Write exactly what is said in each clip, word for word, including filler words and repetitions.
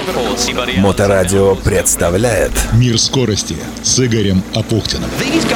Моторадио представляет «Мир скорости» с Игорем Апухтиным.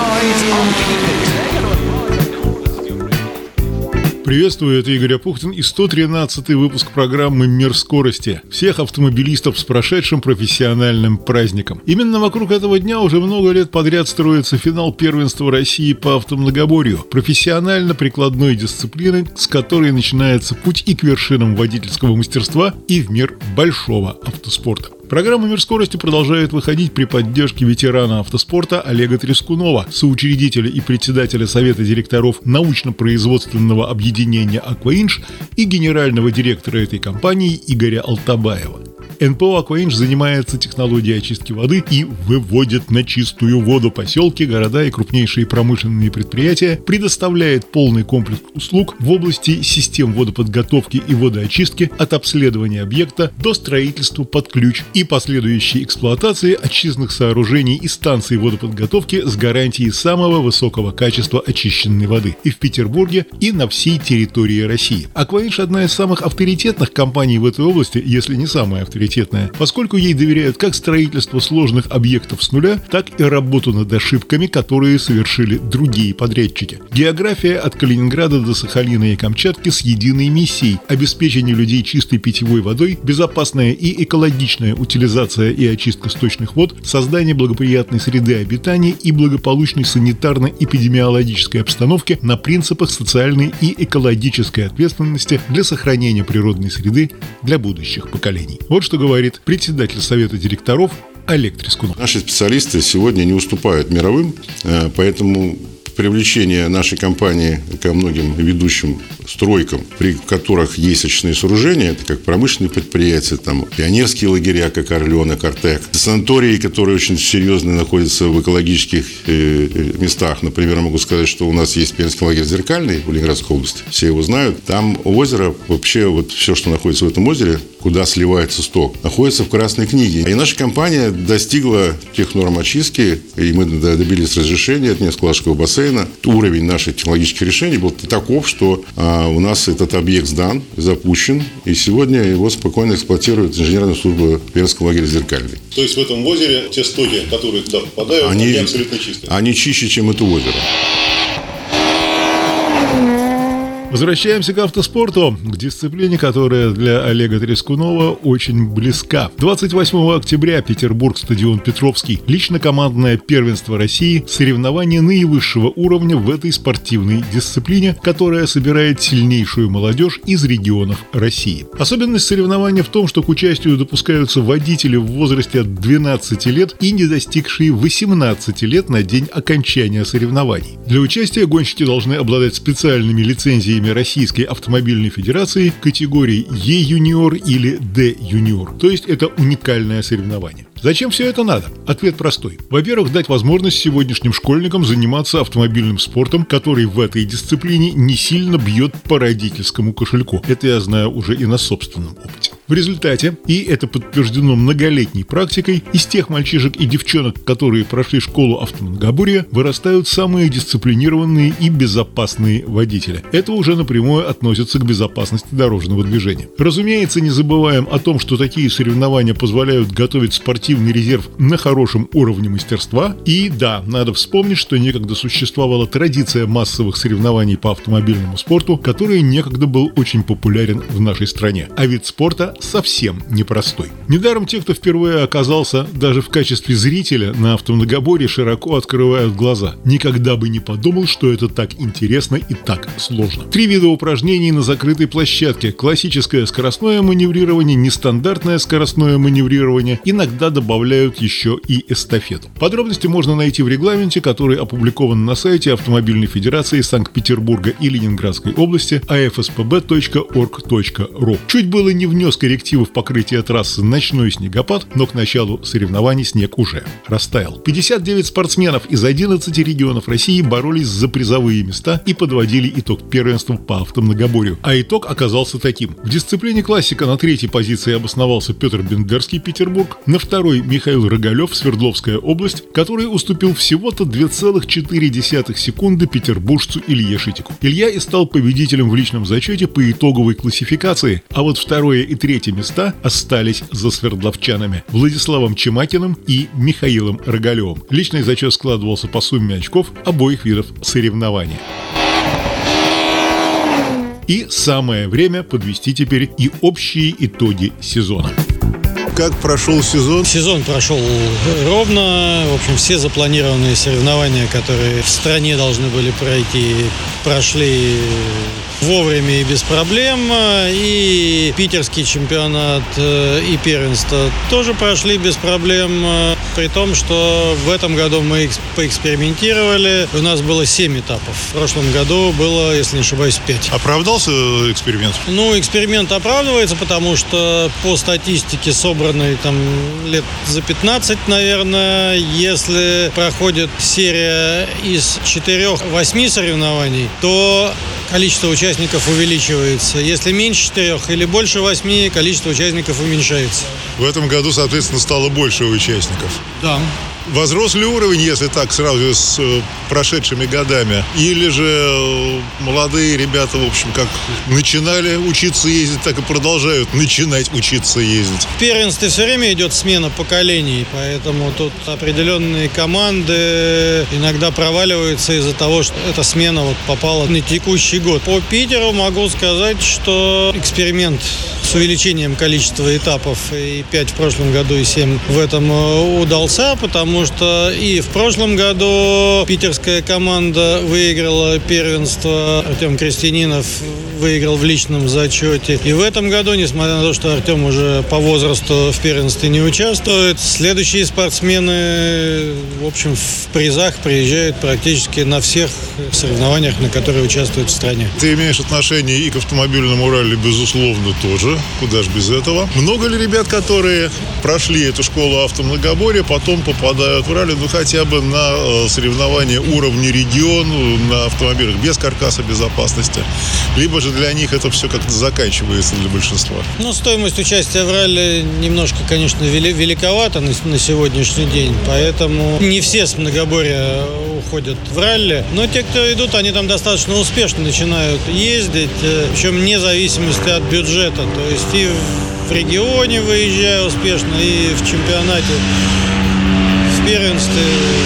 Приветствую, это Игорь Апухтин и сто тринадцатый выпуск программы «Мир скорости». Всех автомобилистов с прошедшим профессиональным праздником. Именно вокруг этого дня уже много лет подряд строится финал первенства России по автомногоборью. Профессионально-прикладной дисциплины, с которой начинается путь и к вершинам водительского мастерства, и в мир большого автоспорта. Программа «Мир скорости» продолжает выходить при поддержке ветерана автоспорта Олега Трескунова, соучредителя и председателя Совета директоров научно-производственного объединения «Акваинж» и генерального директора этой компании Игоря Алтабаева. эн пэ о «Акваинж» занимается технологией очистки воды и выводит на чистую воду поселки, города и крупнейшие промышленные предприятия, предоставляет полный комплекс услуг в области систем водоподготовки и водоочистки от обследования объекта до строительства под ключ и последующей эксплуатации очистных сооружений и станций водоподготовки с гарантией самого высокого качества очищенной воды и в Петербурге, и на всей территории России. «Акваинж» — одна из самых авторитетных компаний в этой области, если не самая авторитетная, поскольку ей доверяют как строительство сложных объектов с нуля, так и работу над ошибками, которые совершили другие подрядчики. География от Калининграда до Сахалина и Камчатки с единой миссией – обеспечение людей чистой питьевой водой, безопасная и экологичная утилизация и очистка сточных вод, создание благоприятной среды обитания и благополучной санитарно-эпидемиологической обстановки на принципах социальной и экологической ответственности для сохранения природной среды для будущих поколений. Вот что говорит председатель Совета директоров Олег Трескунов. Наши специалисты сегодня не уступают мировым, поэтому привлечение нашей компании ко многим ведущим стройкам, при которых есть очистные сооружения, это как промышленные предприятия, там пионерские лагеря, как Орленок, Артек, санатории, которые очень серьезно находятся в экологических э, местах. Например, могу сказать, что у нас есть пионерский лагерь Зеркальный в Ленинградской области, все его знают. Там озеро, вообще вот все, что находится в этом озере, куда сливается сток, находится в Красной книге. И наша компания достигла тех норм очистки, и мы добились разрешения от Невского бассейна. Уровень наших технологических решений был таков, что а, у нас этот объект сдан, запущен, и сегодня его спокойно эксплуатирует инженерная служба Пермского лагеря Зеркальный. То есть в этом озере те стоки, которые туда попадают, они, они абсолютно чистые? Они чище, чем это озеро. Возвращаемся к автоспорту, к дисциплине, которая для Олега Трескунова очень близка. двадцать восьмого октября Петербург, стадион Петровский, лично-командное первенство России, соревнование наивысшего уровня в этой спортивной дисциплине, которая собирает сильнейшую молодежь из регионов России. Особенность соревнования в том, что к участию допускаются водители в возрасте от двенадцати лет и не достигшие восемнадцати лет на день окончания соревнований. Для участия гонщики должны обладать специальными лицензиями Российской автомобильной федерации категории Е-юниор или Д-юниор, то есть это уникальное соревнование. Зачем все это надо? Ответ простой. Во-первых, дать возможность сегодняшним школьникам заниматься автомобильным спортом, который в этой дисциплине не сильно бьет по родительскому кошельку. Это я знаю уже и на собственном опыте. В результате, и это подтверждено многолетней практикой, из тех мальчишек и девчонок, которые прошли школу автомногоборья, вырастают самые дисциплинированные и безопасные водители. Это уже напрямую относится к безопасности дорожного движения. Разумеется, не забываем о том, что такие соревнования позволяют готовить спортивный резерв на хорошем уровне мастерства. И да, надо вспомнить, что некогда существовала традиция массовых соревнований по автомобильному спорту, который некогда был очень популярен в нашей стране. А вид спорта совсем непростой. Недаром те, кто впервые оказался даже в качестве зрителя на автомногоборье, широко открывают глаза. Никогда бы не подумал, что это так интересно и так сложно. Три вида упражнений на закрытой площадке: классическое скоростное маневрирование, нестандартное скоростное маневрирование, иногда добавляют еще и эстафету. Подробности можно найти в регламенте, который опубликован на сайте Автомобильной федерации Санкт-Петербурга и Ленинградской области а эф эс пэ бэ точка орг точка ру. Чуть было не внес коррективы в покрытие трассы ночной снегопад, но к началу соревнований снег уже растаял. пятьдесят девять спортсменов из одиннадцати регионов России боролись за призовые места и подводили итог первенства по автомногоборью. А итог оказался таким. В дисциплине классика на третьей позиции обосновался Петр Бендерский, Петербург, на второй Михаил Рогалев, Свердловская область, который уступил всего-то две целых четыре десятых секунды петербуржцу Илье Шитику. Илья и стал победителем в личном зачете по итоговой классификации, а вот второе и третье третье места остались за свердловчанами Владиславом Чемакиным и Михаилом Рогалевым. Личный зачет складывался по сумме очков обоих видов соревнования. И самое время подвести теперь и общие итоги сезона. Как прошел сезон? Сезон прошел ровно. В общем, все запланированные соревнования, которые в стране должны были пройти, прошли вовремя и без проблем. И питерский чемпионат, и первенство тоже прошли без проблем. При том, что в этом году мы поэкспериментировали. У нас было семь этапов. В прошлом году было, если не ошибаюсь, пять. Оправдался эксперимент? Ну, эксперимент оправдывается, потому что по статистике, собранной там лет за пятнадцать, наверное, если проходит серия из четырех-восьми соревнований, то количество участников увеличивается. Если меньше четырех или больше восьми, количество участников уменьшается. В этом году, соответственно, стало больше участников. Да. Возрос ли уровень, если так, сразу с э, прошедшими годами? Или же э, молодые ребята, в общем, как начинали учиться ездить, так и продолжают начинать учиться ездить? В первенстве все время идет смена поколений, поэтому тут определенные команды иногда проваливаются из-за того, что эта смена вот попала на текущий год. По Питеру могу сказать, что эксперимент с увеличением количества этапов, и пять в прошлом году, и семь в этом, удался, потому что и в прошлом году питерская команда выиграла первенство, Артем Крестьянинов выиграл в личном зачете. И в этом году, несмотря на то, что Артем уже по возрасту в первенстве не участвует, следующие спортсмены, в общем, в призах приезжают практически на всех соревнованиях, на которые участвуют в стране. Ты имеешь отношение и к автомобильному ралли, безусловно, тоже. Куда ж без этого? Много ли ребят, которые прошли эту школу автомногоборья, потом попадают в ралли, ну, хотя бы на э, соревнования уровня регион, на автомобилях без каркаса безопасности? Либо же для них это все как-то заканчивается для большинства? Ну, стоимость участия в ралли немножко, конечно, вели- великовата на, на сегодняшний день, поэтому не все с многоборья уходят в ралли, но те, кто идут, они там достаточно успешно начинают ездить, причем вне зависимости от бюджета, то есть и в регионе выезжая успешно, и в чемпионате, в первенстве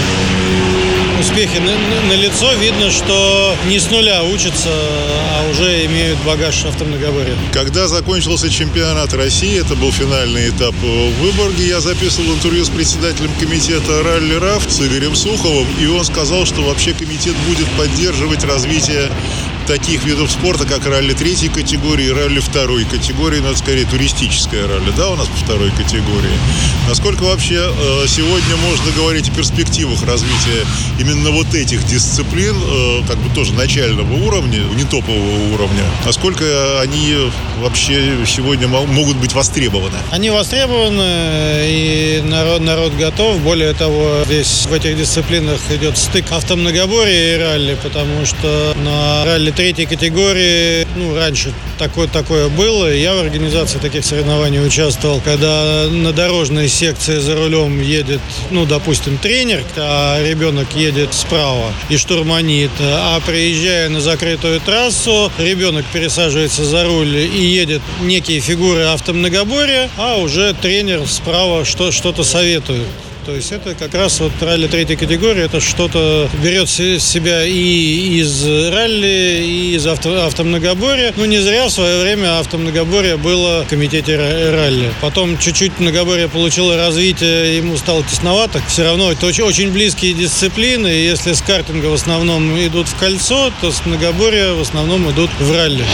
успехи на, на лицо. Видно, что не с нуля учатся, а уже имеют багаж автомногоборья. Когда закончился чемпионат России, это был финальный этап в Выборге, я записывал интервью с председателем комитета ралли РАФ с Игорем Суховым, и он сказал, что вообще комитет будет поддерживать развитие таких видов спорта, как ралли третьей категории и ралли второй категории, но это скорее туристическое ралли, да, у нас по второй категории. Насколько вообще э, сегодня можно говорить о перспективах развития именно вот этих дисциплин, э, как бы тоже начального уровня, не топового уровня, насколько они вообще сегодня могут быть востребованы? Они востребованы, и народ, народ готов. Более того, здесь в этих дисциплинах идет стык автомногоборья и ралли, потому что на ралли третьей категории, ну, раньше такое, такое было. Я в организации таких соревнований участвовал, когда на дорожной секции за рулем едет, ну, допустим, тренер, а ребенок едет справа и штурманит, а приезжая на закрытую трассу, ребенок пересаживается за руль и едет некие фигуры автомногоборья, а уже тренер справа что, что-то советует. То есть это как раз вот ралли третьей категории, это что-то берет в себя и из ралли, и из авто, автомногоборья. Ну, не зря в свое время автомногоборье было в комитете ралли. Потом чуть-чуть многоборье получило развитие, ему стало тесновато. Все равно это очень, очень близкие дисциплины. И если с картинга в основном идут в кольцо, то с многоборья в основном идут в ралли.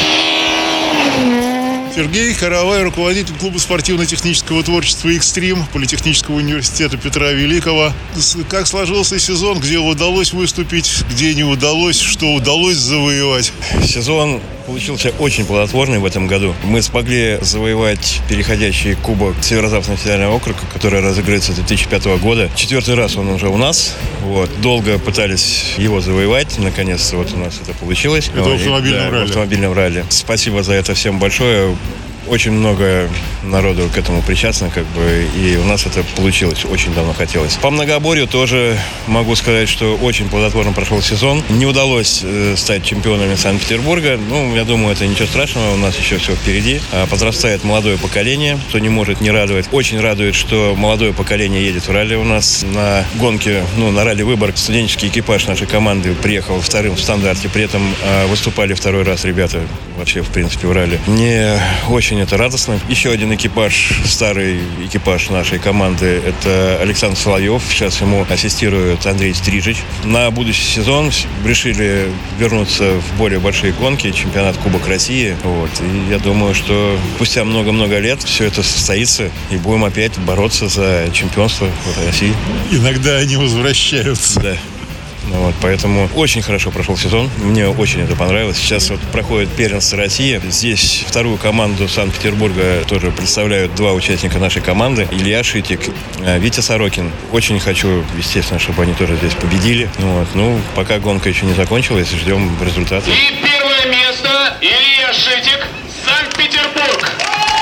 Сергей Каравай, руководитель клуба спортивно-технического творчества «Экстрим» Политехнического университета Петра Великого. Как сложился сезон, где удалось выступить, где не удалось, что удалось завоевать? Сезон получился очень плодотворный в этом году. Мы смогли завоевать переходящий кубок Северо-Западного федерального округа, который разыгрывается с две тысячи пятого года. Четвертый раз он уже у нас. Вот. Долго пытались его завоевать. Наконец-то вот у нас это получилось. Это в автомобильном да, ралли. В автомобильном ралли. Спасибо за это всем большое. очень много народу к этому причастно, как бы, и у нас это получилось, очень давно хотелось. По многоборью тоже могу сказать, что очень плодотворно прошел сезон. Не удалось э, стать чемпионами Санкт-Петербурга. Ну, я думаю, это ничего страшного, у нас еще все впереди. А, подрастает молодое поколение, что не может не радовать. Очень радует, что молодое поколение едет в ралли у нас на гонке, ну, на ралли Выборг. Студенческий экипаж нашей команды приехал вторым в стандарте, при этом э, выступали второй раз ребята вообще, в принципе, в ралли. Мне очень это радостно. Еще один экипаж, старый экипаж нашей команды, это Александр Соловьев. Сейчас ему ассистирует Андрей Стрижич. На будущий сезон решили вернуться в более большие гонки, чемпионат Кубок России. Вот. И я думаю, что спустя много-много лет все это состоится, и будем опять бороться за чемпионство России. Иногда они возвращаются. Да. Вот, поэтому очень хорошо прошел сезон. Мне очень это понравилось. Сейчас вот проходит первенство России. Здесь вторую команду Санкт-Петербурга тоже представляют два участника нашей команды. Илья Шитик, Витя Сорокин. Очень хочу, естественно, чтобы они тоже здесь победили. Вот. Ну, пока гонка еще не закончилась, ждем результата. И первое место Илья Шитик, Санкт-Петербург.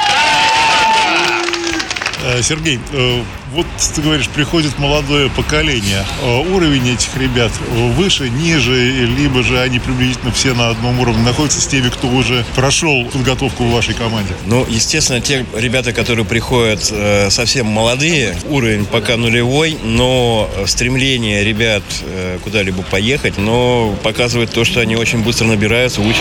Сергей, вот ты говоришь, приходит молодое поколение. Уровень этих ребят выше, ниже, либо же они приблизительно все на одном уровне находятся с теми, кто уже прошел подготовку в вашей команде? Ну, естественно, те ребята, которые приходят э, совсем молодые, уровень пока нулевой, но стремление ребят э, куда-либо поехать, но показывает то, что они очень быстро набираются, учатся.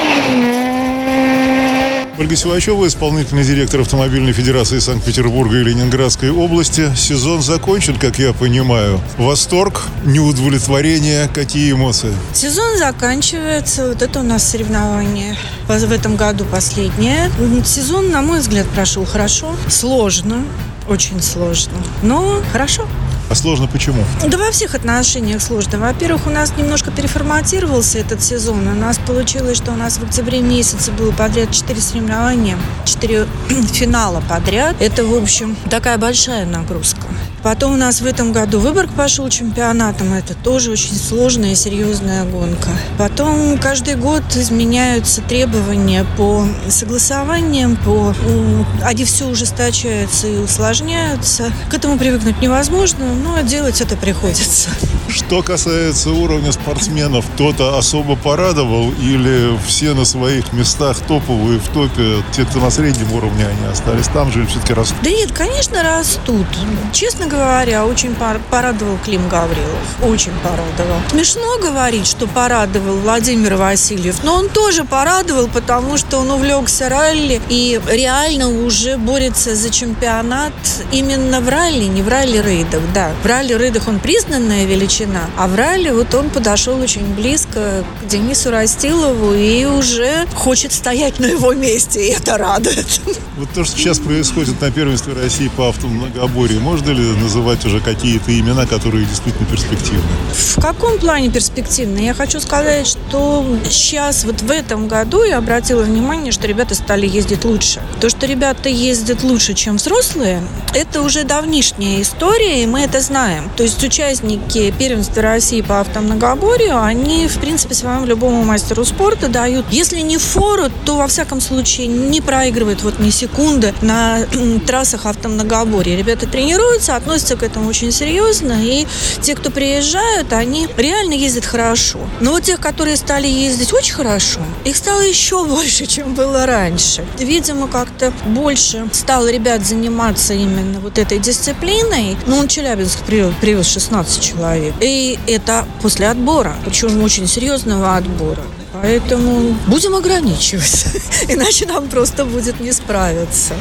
Ольга Силачева, исполнительный директор Автомобильной федерации Санкт-Петербурга и Ленинградской области. Сезон закончен, как я понимаю. Восторг, неудовлетворение, какие эмоции? Сезон заканчивается. Вот это у нас соревнование в этом году последнее. Сезон, на мой взгляд, прошел хорошо. Сложно, очень сложно, но хорошо. А сложно почему? Да во всех отношениях сложно. Во-первых, у нас немножко переформатировался этот сезон. У нас получилось, что у нас в октябре месяце было подряд четыре соревнования, четыре финала подряд. Это, в общем, такая большая нагрузка. Потом у нас в этом году Выборг пошел чемпионатом. Это тоже очень сложная и серьезная гонка. Потом каждый год изменяются требования по согласованиям, по... они все ужесточаются и усложняются. К этому привыкнуть невозможно, но делать это приходится. Что касается уровня спортсменов, кто-то особо порадовал или все на своих местах топовые в топе? Те, кто на среднем уровне, они остались там же или все-таки растут? Да нет, конечно, растут. Честно говоря, очень порадовал Клим Гаврилов. Очень порадовал. Смешно говорить, что порадовал Владимир Васильев, но он тоже порадовал, потому что он увлекся ралли и реально уже борется за чемпионат именно в ралли, не в ралли-рейдах. Да, в ралли-рейдах он признанная величина, а в ралли вот он подошел очень близко к Денису Растилову и уже хочет стоять на его месте, и это радует. Вот то, что сейчас происходит на первенстве России по автомногоборью, можно ли называть уже какие-то имена, которые действительно перспективны? В каком плане перспективны? Я хочу сказать, что сейчас, вот в этом году я обратила внимание, что ребята стали ездить лучше. То, что ребята ездят лучше, чем взрослые, это уже давнишняя история, и мы это знаем. То есть участники первенства России по автомногоборью, они, в принципе, своему любому мастеру спорта дают, если не фору, то, во всяком случае, не проигрывают вот ни секунды на трассах автомногоборья. Ребята тренируются, относятся к этому очень серьезно, и те, кто приезжают, они реально ездят хорошо. Но вот тех, которые стали ездить очень хорошо, их стало еще больше, чем было раньше. Видимо, как-то больше стало ребят заниматься именно вот этой дисциплиной. Ну, он Челябинск привез, привез шестнадцать человек. И это после отбора, причем очень серьезного отбора. Поэтому будем ограничивать, иначе нам просто будет не справиться.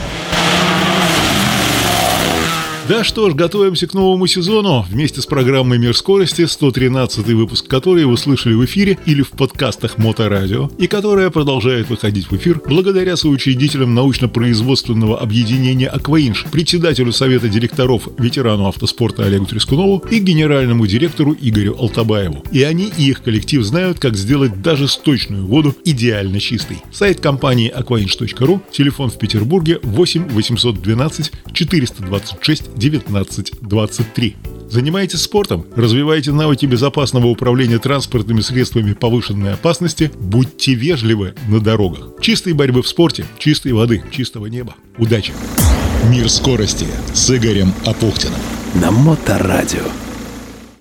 Да что ж, готовимся к новому сезону. Вместе с программой «Мир скорости», сто тринадцатый выпуск которой вы слышали в эфире или в подкастах Моторадио, и которая продолжает выходить в эфир благодаря соучредителям научно-производственного объединения «Акваинж», председателю Совета директоров, ветерану автоспорта Олегу Трескунову и генеральному директору Игорю Алтабаеву. И они, и их коллектив знают, как сделать даже сточную воду идеально чистой. Сайт компании акваинж точка ру, телефон в Петербурге восемь восемьсот двенадцать четыреста двадцать шесть девятнадцать двадцать три. Занимаетесь спортом? Развиваете навыки безопасного управления транспортными средствами повышенной опасности? Будьте вежливы на дорогах. Чистой борьбы в спорте, чистой воды, чистого неба. Удачи! Мир скорости с Игорем Апухтиным на Моторадио.